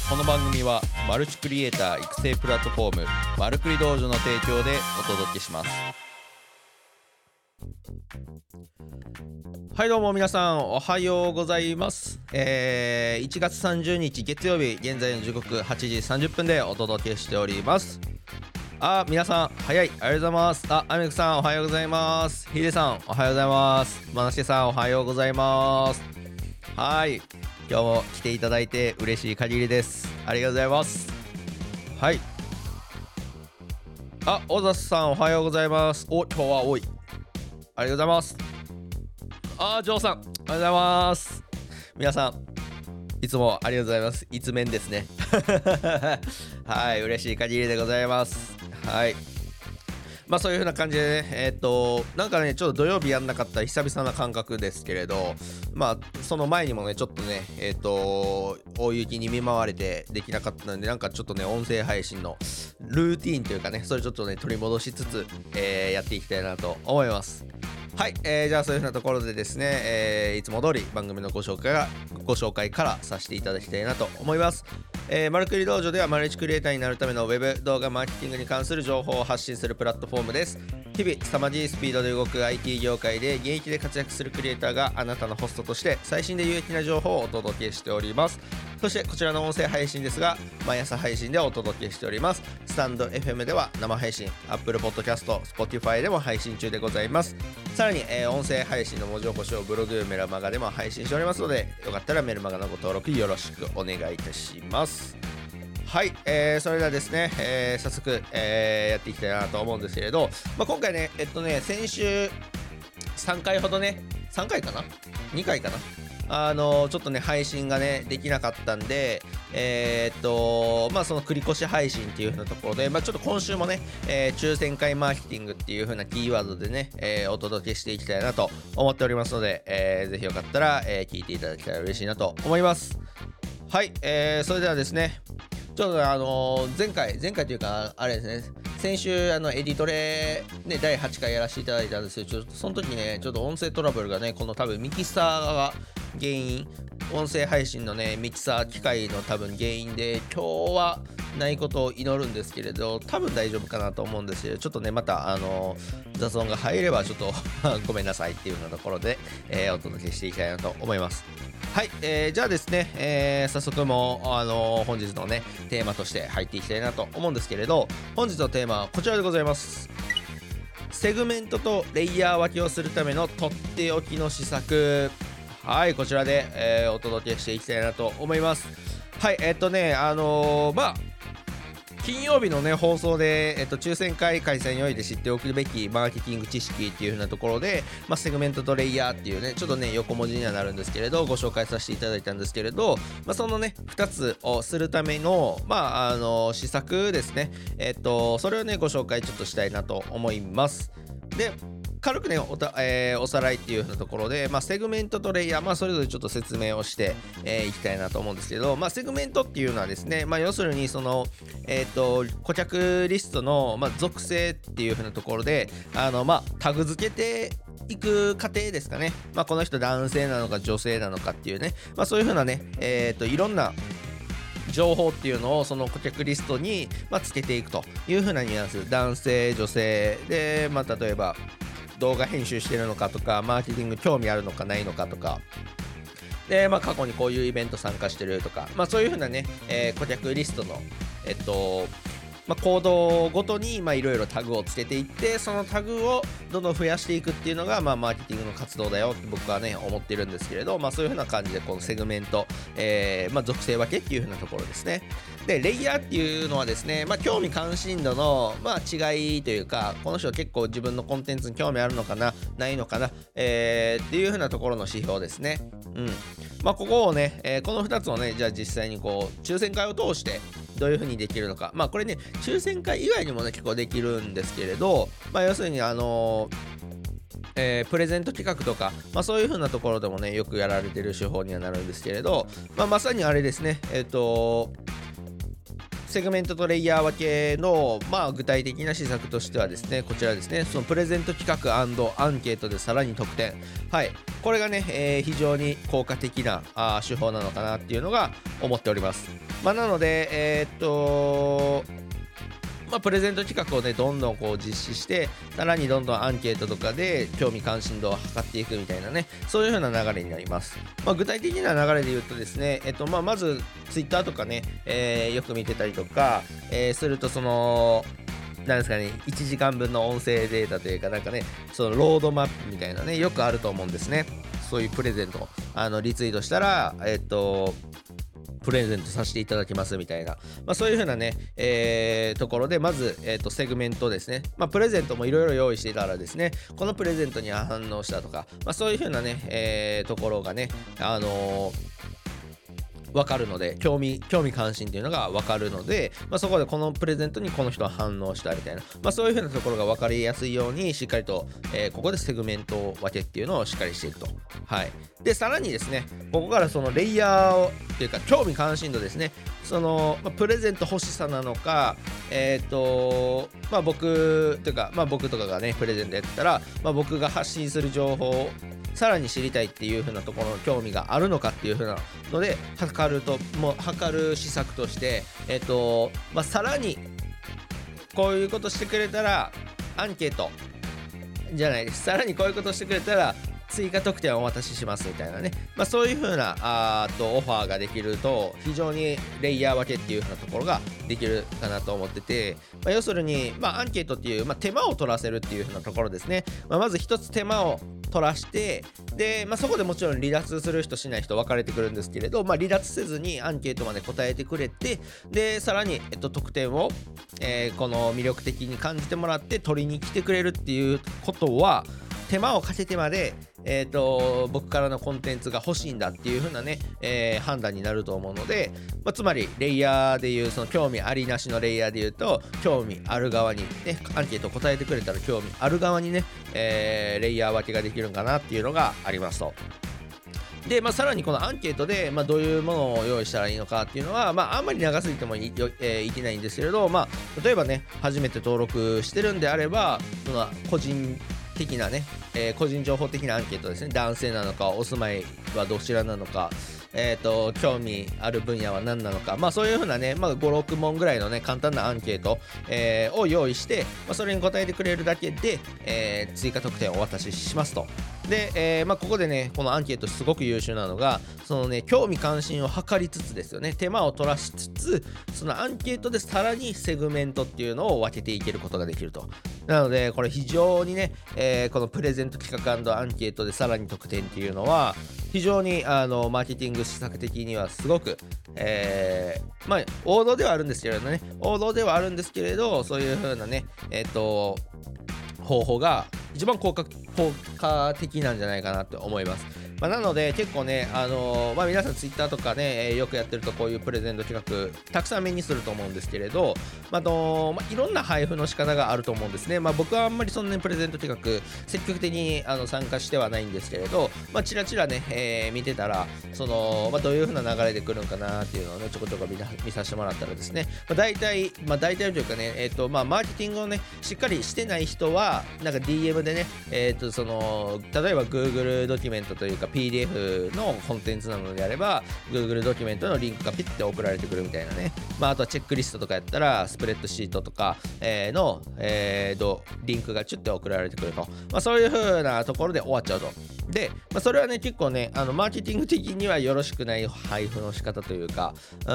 この番組はマルチクリエイター育成プラットフォームマルクリ道場の提供でお届けします。はい、どうも皆さんおはようございます。1月30日月曜日、現在の時刻8時30分でお届けしております。皆さん早い、ありがとうございます。アメクさんおはようございます。ヒデさんおはようございます。マナシケさんおはようございます。はい、今日も来ていただいて嬉しい限りです。ありがとうございます。はい、小田さんおはようございます。今日は多い、ありがとうございます。ジョーさんおはようございます。皆さんいつもありがとうございます。一面ですねはい、嬉しい限りでございます。はい、そういう風な感じでね、なんかねちょっと土曜日やんなかった久々な感覚ですけれど、その前にもねちょっとね大雪に見舞われてできなかったので、なんかちょっとね音声配信のルーティーンというかね、それちょっとね取り戻しつつ、やっていきたいなと思います。はい、じゃあそういう風なところでですね、いつも通り番組のご紹介からさせていただきたいなと思います。マルクリ道場ではマルチクリエイターになるためのウェブ動画マーケティングに関する情報を発信するプラットフォームです。日々凄まじいスピードで動く IT 業界で現役で活躍するクリエイターがあなたのホストとして最新で有益な情報をお届けしております。そしてこちらの音声配信ですが、毎朝配信でお届けしております。スタンド FM では生配信、Apple Podcast、Spotify でも配信中でございます。さらに、音声配信の文字起こしをブログメルマガでも配信しておりますので、よかったらメルマガのご登録よろしくお願いいたします。はい、それではですね、早速、やっていきたいなと思うんですけれど、今回ね先週3回ほどね、3回かな2回かな、ちょっとね配信がねできなかったんで、その繰り越し配信っていう風なところで、ちょっと今週もね、抽選会マーケティングっていう風なキーワードでね、お届けしていきたいなと思っておりますので、ぜひよかったら、聞いていただけたら嬉しいなと思います。はい、それではですね、ちょっと前回というかあれですね、先週エディトレね第8回やらせていただいたんですけど、ちょっとその時にねちょっと音声トラブルがね、この多分ミキサーが原因、音声配信のねミキサー機械の多分原因で、今日はないことを祈るんですけれど、多分大丈夫かなと思うんですけど、ちょっとねまた雑音が入ればちょっとごめんなさいっていうようなところで、お届けしていきたいなと思います。はい、じゃあですね、早速も本日のねテーマとして入っていきたいなと思うんですけれど、本日のテーマはこちらでございます。セグメントとレイヤー分けをするためのとっておきの施策。はい、こちらで、お届けしていきたいなと思います。はい、金曜日のね放送で、抽選会開催において知っておくべきマーケティング知識っていう風なところで、セグメントとレイヤーっていうねちょっとね横文字にはなるんですけれどご紹介させていただいたんですけれど、そのね2つをするための施策ですね、それをねご紹介ちょっとしたいなと思います。で軽くねおさらいっていう風なところで、セグメントとレイヤー、それぞれちょっと説明をしていきたいなと思うんですけど、セグメントっていうのはですね、要するにその顧客リストの属性っていう風なところでタグ付けていく過程ですかね。この人男性なのか女性なのかっていうね、そういう風なねいろんな情報っていうのをその顧客リストにつけていくという風なニュアンス、男性女性で、例えば動画編集してるのかとか、マーケティング興味あるのかないのかとかで、過去にこういうイベント参加してるとか、そういう風なね、顧客リストの行動ごとにいろいろタグをつけていって、そのタグをどんどん増やしていくっていうのがマーケティングの活動だよって僕はね思ってるんですけれど、そういう風な感じでこのセグメント、属性分けっていう風なところですね。でレイヤーっていうのはですね、興味関心度の違いというか、この人は結構自分のコンテンツに興味あるのかなないのかな、っていう風なところの指標ですね。ここをね、この2つをねじゃあ実際にこう抽選会を通してどういう風にできるのか、これね抽選会以外にもね結構できるんですけれど、要するにプレゼント企画とか、そういう風なところでもねよくやられてる手法にはなるんですけれど、まさにあれですね、 セグメントとレイヤー分けの、具体的な施策としてはですね、こちらですね、そのプレゼント企画&アンケートでさらに得点、これがね、非常に効果的な手法なのかなっていうのが思っております。なので、プレゼント企画をねどんどん実施して、さらにどんどんアンケートとかで興味関心度を測っていくみたいなね、そういう風な流れになります。具体的な流れで言うとですね、まず Twitter とかね、よく見てたりとか、するとそのなんですかね、1時間分の音声データというか、なんかね、そのロードマップみたいなね、よくあると思うんですね。そういうプレゼントリツイートしたらプレゼントさせていただきますみたいな、そういう風なね、ところでまず、セグメントですね、プレゼントもいろいろ用意していたらですね、このプレゼントには反応したとか、そういう風なね、ところがね、分かるので、興味関心っていうのが分かるので、そこでこのプレゼントにこの人は反応したみたいな、そういう風なところが分かりやすいようにしっかりと、ここでセグメント分けっていうのをしっかりしていくと。でさらにですね、ここからそのレイヤーをっていうか興味関心度ですね、その、プレゼント欲しさなのか、僕というか、僕とかがねプレゼントやってたら、僕が発信する情報をさらに知りたいっていう風なところの興味があるのかっていう風なので測る施策として、さらにこういうことしてくれたらアンケートじゃないです、さらにこういうことしてくれたら追加特典をお渡ししますみたいなね、そういう風なオファーができると非常にレイヤー分けっていう風なところができるかなと思ってて、要するに、アンケートっていう、手間を取らせるっていう風なところですね。まず一つ手間を取らして、で、そこでもちろん離脱する人しない人分かれてくるんですけれど、離脱せずにアンケートまで答えてくれて、でさらに、得点を、この魅力的に感じてもらって取りに来てくれるっていうことは、手間をかけてまで、僕からのコンテンツが欲しいんだっていう風なね、判断になると思うので、つまりレイヤーでいうその興味ありなしのレイヤーでいうと、興味ある側にねアンケート答えてくれたら興味ある側にね、レイヤー分けができるんかなっていうのがありますと。で、さらにこのアンケートで、どういうものを用意したらいいのかっていうのは、あんまり長すぎてもいけないんですけれど、例えばね初めて登録してるんであれば、その個人的なね、個人情報的なアンケートですね。男性なのか、お住まいはどちらなのか、興味ある分野は何なのか、そういうふうなね、5、6問ぐらいのね簡単なアンケート、を用意して、それに答えてくれるだけで、追加特典をお渡ししますと。で、ここでねこのアンケートすごく優秀なのが、そのね興味関心を測りつつですよね、手間を取らしつつ、そのアンケートでさらにセグメントっていうのを分けていけることができると。なのでこれ非常にね、このプレゼント企画&アンケートでさらに得点っていうのは非常にマーケティング施策的にはすごく、王道ではあるんですけれどね、そういう風なね方法が一番効果的なんじゃないかなと思います。なので結構ね、皆さんツイッターとかね、よくやってるとこういうプレゼント企画たくさん目にすると思うんですけれど、いろんな配布の仕方があると思うんですね。僕はあんまりそんなにプレゼント企画積極的に参加してはないんですけれど、チラチラね、見てたらその、どういう風な流れで来るんかなっていうのをねちょこちょこ見させてもらったらですね、大体というかね、マーケティングをねしっかりしてない人はなんか DM でね、その例えば Google ドキュメントというか PDF のコンテンツなのであれば Google ドキュメントのリンクがピッて送られてくるみたいなね、あとはチェックリストとかやったらスプレッドシートとか、の、リンクがチュッて送られてくると、そういう風なところで終わっちゃうと。で、それはね結構ねマーケティング的にはよろしくない配布の仕方というか、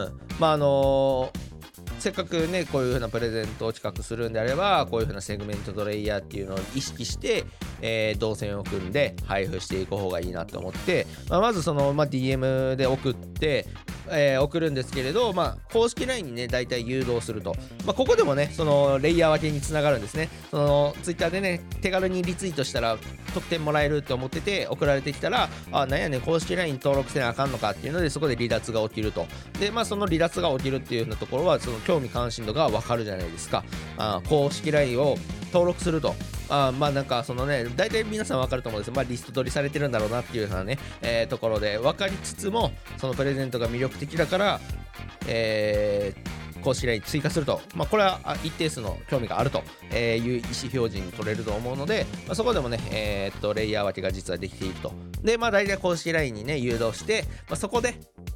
せっかくねこういう風なプレゼントを企画するんであれば、こういう風なセグメントとレイヤーっていうのを意識して、動線を組んで配布していく方がいいなと思って、まずその、DM で送って、送るんですけれど、公式 LINE にねだいたい誘導すると、ここでもねそのレイヤー分けにつながるんですね。その Twitter でね手軽にリツイートしたら得点もらえるって思ってて送られてきたら、なんやねん公式 LINE 登録せなあかんのかっていうので、そこで離脱が起きると。でその離脱が起きるっていう風なところはその興味関心度が分かるじゃないですか。公式 LINE を登録すると、なんかそのね大体皆さん分かると思うんですよ。リスト取りされてるんだろうなっていうようなね、ところで分かりつつも、そのプレゼントが魅力的だから、 公式 LINE 追加すると、これは一定数の興味があるという意思表示に取れると思うので、そこでもね、レイヤー分けが実はできていると。で、大体公式 LINE にね、誘導して、そこで、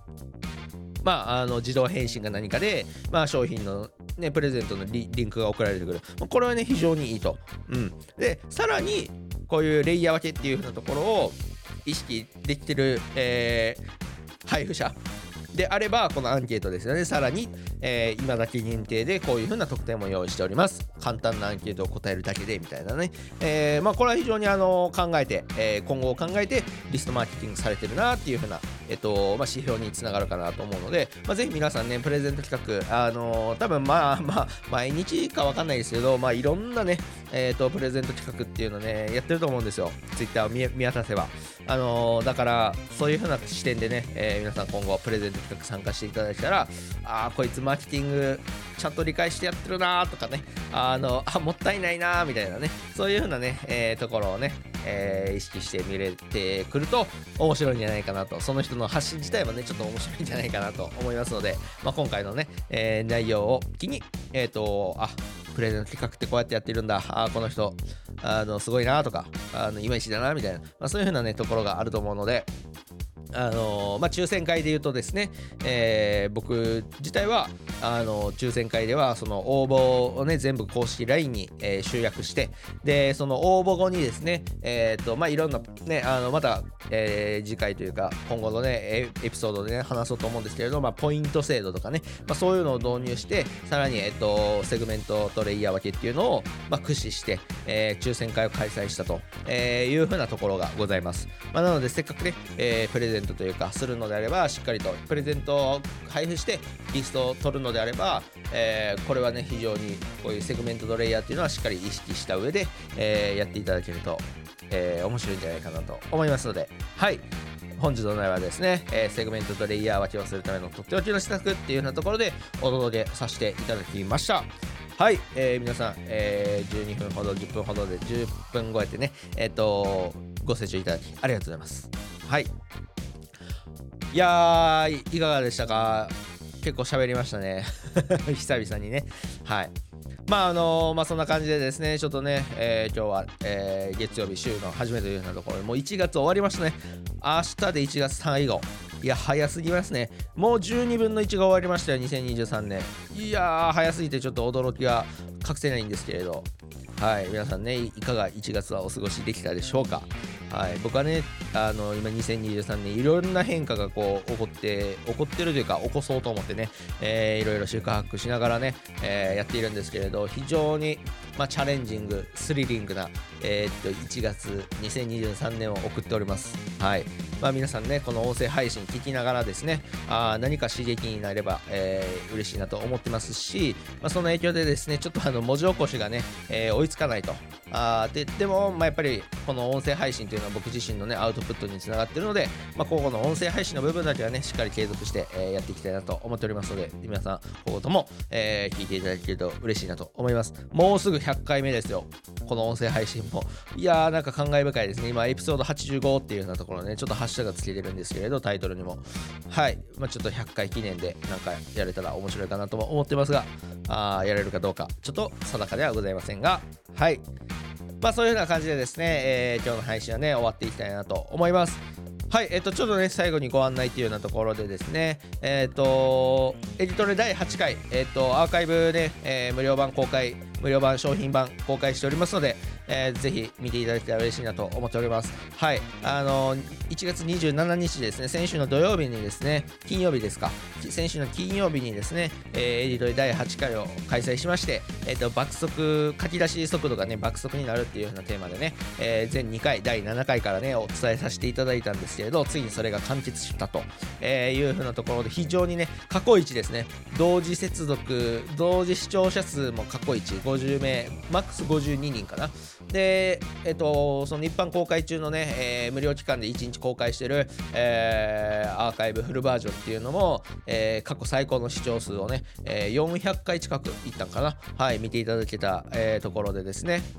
自動返信が何かで、商品の、ね、プレゼントのリンクが送られてくる。これはね、非常にいいと。で、さらに、こういうレイヤー分けっていう風なところを意識できてる、配布者であれば、このアンケートですよね。さらに、今だけ限定でこういう風な特典も用意しております。簡単なアンケートを答えるだけでみたいなね。これは非常に考えて、今後を考えてリストマーケティングされてるなっていう風な、指標につながるかなと思うので、ぜひ皆さんね、プレゼント企画、多分毎日かわかんないですけど、いろんなね、プレゼント企画っていうのね、やってると思うんですよ。ツイッターを見渡せば。だから、そういう風な視点でね、皆さん今後プレゼント企画参加していただけたら、こいつマーケティングちゃんと理解してやってるなとかね、もったいないなみたいなね、そういう風なね、ところをね、意識して見れてくると面白いんじゃないかなと。その人の発信自体もね、ちょっと面白いんじゃないかなと思いますので、今回のね、内容を機に、プレゼント企画ってこうやってやってるんだ、この人すごいなとか、いまいちだなみたいな、そういう風なねところがあると思うので、抽選会で言うとですね、僕自体は抽選会ではその応募をね全部公式 LINE に、集約して、でその応募後にですね、いろんなねまた、次回というか今後のねエピソードでね話そうと思うんですけれど、ポイント制度とかね、そういうのを導入して、さらにセグメントとレイヤー分けっていうのを駆使して、抽選会を開催したと、いうふうなところがございます。なのでせっかくね、プレゼントというかするのであれば、しっかりとプレゼントを配布してリストを取るのであれば、これはね非常にこういうセグメントとレイヤーっていうのはしっかり意識した上で、やっていただけると、面白いんじゃないかなと思いますので、はい、本日の内容はですね、セグメントとレイヤー分けをするためのとっておきの施策っていうようなところでお届けさせていただきました。はい、皆さん、12分ほど10分ほどで10分超えてね、ご清聴いただきありがとうございます。はい、いやー、いかがでしたか？結構喋りましたね久々にね。はい、そんな感じでですね、ちょっとね、今日は、月曜日週の初めというようなところでもう1月終わりましたね。明日で1月最後。いや早すぎますね。もう12分の1が終わりましたよ、2023年。いやー早すぎてちょっと驚きが隠せないんですけれど、はい、皆さんね、いかが1月はお過ごしできたでしょうか。はい、僕はね、今2023年いろんな変化がこう起こってるというか起こそうと思ってね、いろいろ宿泊しながらね、やっているんですけれど、非常に、チャレンジングスリリングな、1月2023年を送っております。はい、皆さんねこの音声配信聞きながらですね、何か刺激になれば、嬉しいなと思ってますし、その影響でですねちょっと文字起こしがね、追いつかないと。でも、やっぱりこの音声配信というのは僕自身のねアウトプットにつながっているので、今後の音声配信の部分だけはねしっかり継続して、やっていきたいなと思っておりますので、皆さん今後とも、聞いていただけると嬉しいなと思います。もうすぐ100回目ですよ、この音声配信も。いやーなんか感慨深いですね。今エピソード85っていうようなところね、ちょっとハッシュタグつけてるんですけれど、タイトルにもはい、ちょっと100回記念でなんかやれたら面白いかなとも思ってますが、やれるかどうかちょっと定かではございませんが、はい、そういうような感じでですね、今日の配信はね終わっていきたいなと思います。はい、ちょっとね最後にご案内っていうようなところでですね、エディトレ第8回、アーカイブね、無料版商品版公開しておりますので、ぜひ見ていただけたら嬉しいなと思っております。はい、1月27日ですね、先週の土曜日にですね、先週の金曜日にですね、エディトレ第8回を開催しまして、爆速書き出し速度がね爆速になるっていうようなテーマでね、全2回第7回からねお伝えさせていただいたんですけれど、ついにそれが完結したというふうなところで、非常にね過去一ですね。同時接続同時視聴者数も過去一50名、マックス52人かな。で、その一般公開中のね、無料期間で1日公開してる、アーカイブフルバージョンっていうのも、過去最高の視聴数をね、400回近くいったんかな。はい、見ていただけた、ところでですね、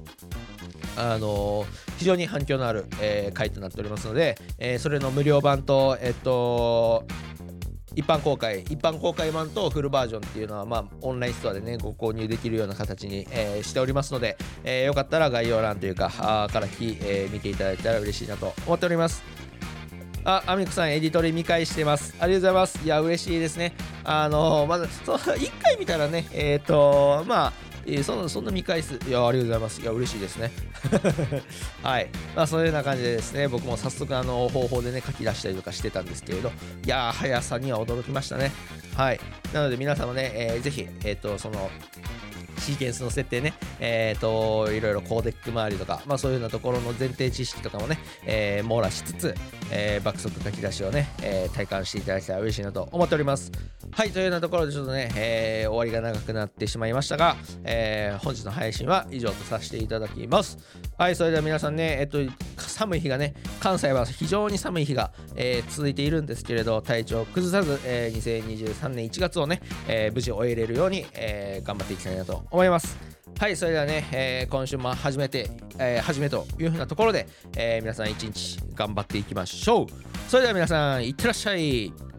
非常に反響のある、回となっておりますので、それの無料版と一般公開版とフルバージョンっていうのは、まあ、オンラインストアでねご購入できるような形に、しておりますので、よかったら概要欄というかから見ていただいたら嬉しいなと思っております。アミコさん、エディトリ見返してます。ありがとうございます。いや、嬉しいですね。まず、1回見たらね、まあ、そんな見返す。いや、ありがとうございます。いや、嬉しいですね。はい。まあ、そういうような感じでですね、僕も早速、方法でね、書き出したりとかしてたんですけれど、いやー、速さには驚きましたね。はい。なので、皆様ね、ぜひ、シーケンスの設定ね、いろいろコーデック周りとか、まあそういうようなところの前提知識とかもね、網羅しつつ、爆速書き出しをね、体感していただけたら嬉しいなと思っております。はい、というようなところでちょっとね、終わりが長くなってしまいましたが、本日の配信は以上とさせていただきます。はい、それでは皆さんね、寒い日がね、関西は非常に寒い日が、続いているんですけれど、体調を崩さず、2023年1月をね、無事終えれるように、頑張っていきたいなと思います。はい、それではね、今週も始めというふうなところで、皆さん一日頑張っていきましょう。それでは皆さんいってらっしゃい。